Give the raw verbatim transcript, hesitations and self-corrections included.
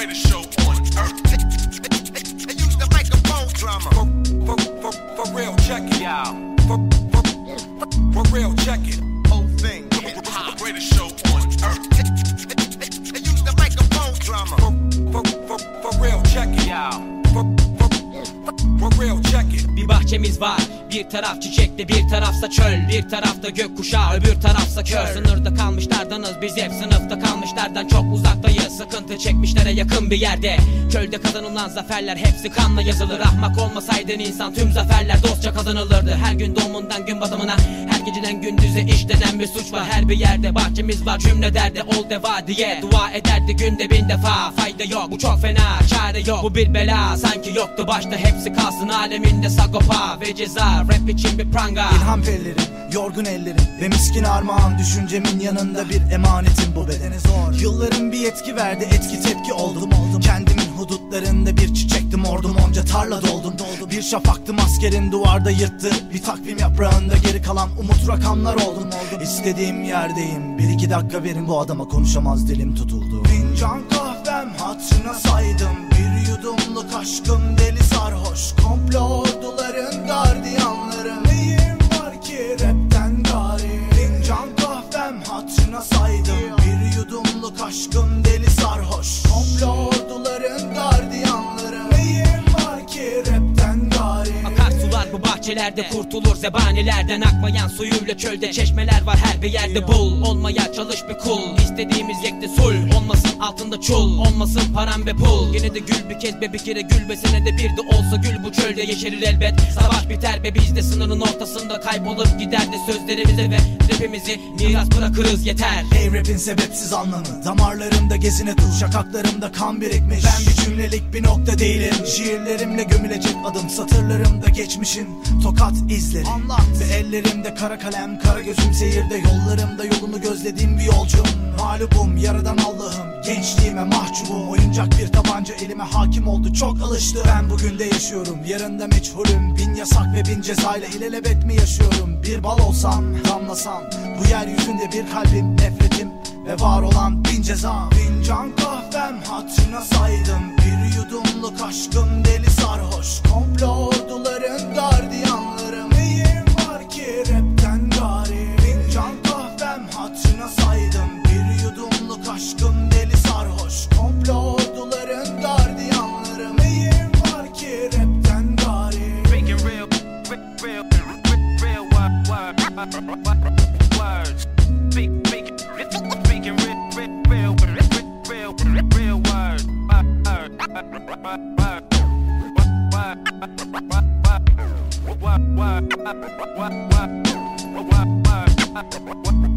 greatest show on earth. They use the microphone drama. For, for, for, for real, check it. Yeah. For, for, for, for real, check it. Whole thing. The greatest show on earth. They use the microphone drama. For, for, for, for real, check it. Yeah. For, for, for, for real, check it. Bir bahçemiz var, bir taraf çiçekli, bir tarafsa çöl, bir tarafta gökkuşağı, öbür tarafsa kör. Sınırda kalmışlardanız biz hep, sınıfta kalmışlardan çok uzaktayız. Sıkıntı çekmişlere yakın bir yerde. Çölde kazanılan zaferler hepsi kanla yazılır. Ahmak olmasaydın insan tüm zaferler dostça kazanılırdı. Her gün doğumundan gün batımına, her geceden gündüze işlenen bir suç var her bir yerde. Bahçemiz var cümle derdi ol deva diye dua ederdi günde bin defa. Fayda yok, bu çok fena, çare yok, bu bir bela. Sanki yoktu başta, hepsi kalsın aleminde sagopa ve ceza. Rap için bir pranga. İlham pellerim, yorgun ellerim ve miskin armağan, düşüncemin yanında bir emanetim bu bedene zor. Yılların bir etki verdi, etki tepki oldum oldum. Kendimin hudutlarında bir çiçektim, ordum onca tarla doldum doldum. Bir şafaktım askerin duvarda yırttı, bir takvim yaprağında geri kalan umut rakamlar oldum oldum. İstediğim yerdeyim, bir iki dakika verin, bu adama konuşamaz dilim tutuldu. Fincan kahvem hatırına saydım, bir yudumluk aşkım deli sarhoş. Komplo orduların gardiyanları, neyim var ki rapten gari. Fincan kahvem hatırına saydım, bir yudumluk aşkım deli sarhoş. Komplo orduların gardiyanları, neyim var ki rapten gari. Akarsular bu bahçelerde, kurtulur zebanilerden. Akmayan suyuyla çölde çeşmeler var her bir yerde. Bul olmaya çalış bir kul, İstediğimiz yekte sul. Olmasın altında çul, olmasın param ve pul. Yine de gül bir kez be, bir kere gül be, senede bir de olsa gül. Bu çölde yeşerir elbet, savaş biter be, biz de sınırın ortasında kaybolup gider de sözlerimize ve rapimizi miras bırakırız yeter. Ey rapin sebepsiz anlamı, damarlarımda gezine dur, şakaklarımda kan birikmiş. Ben bir cümlelik bir nokta değilim, şiirlerimle gömülecek adım, satırlarımda geçmişin tokat izleri. Anlat. Ve ellerimde kara kalem, kara gözüm seyirde, yollarımda yolunu gözlediğim bir yolcum. Mağlubum yaradan Allah'ım, gençliğime mahcubum. Oyuncak bir tabanca elime hakim oldu, çok alıştı. Ben bugün de yaşıyorum, yarın da meçhulüm. Bin yasak ve bin cezayla ilelebet mi yaşıyorum? Bir bal olsam, damlasam bu yeryüzünde bir kalbim, nefretim ve var olan bin ceza. Fincan kahvem hatırına saydım, bir yudumluk aşkım deli sarhoş. Komplo orduların gardiyanları, neyim var ki rapten gari. Fincan kahvem hatırına saydım, bir yudumluk aşkım deli sarhoş. Komplo orduların gardiyanları, neyim var ki rapten gari. Speaking real, real, real, real words. Speak, speak, speaking real, real, real, real, real words. What, what, what, what, what, what, what, what, what,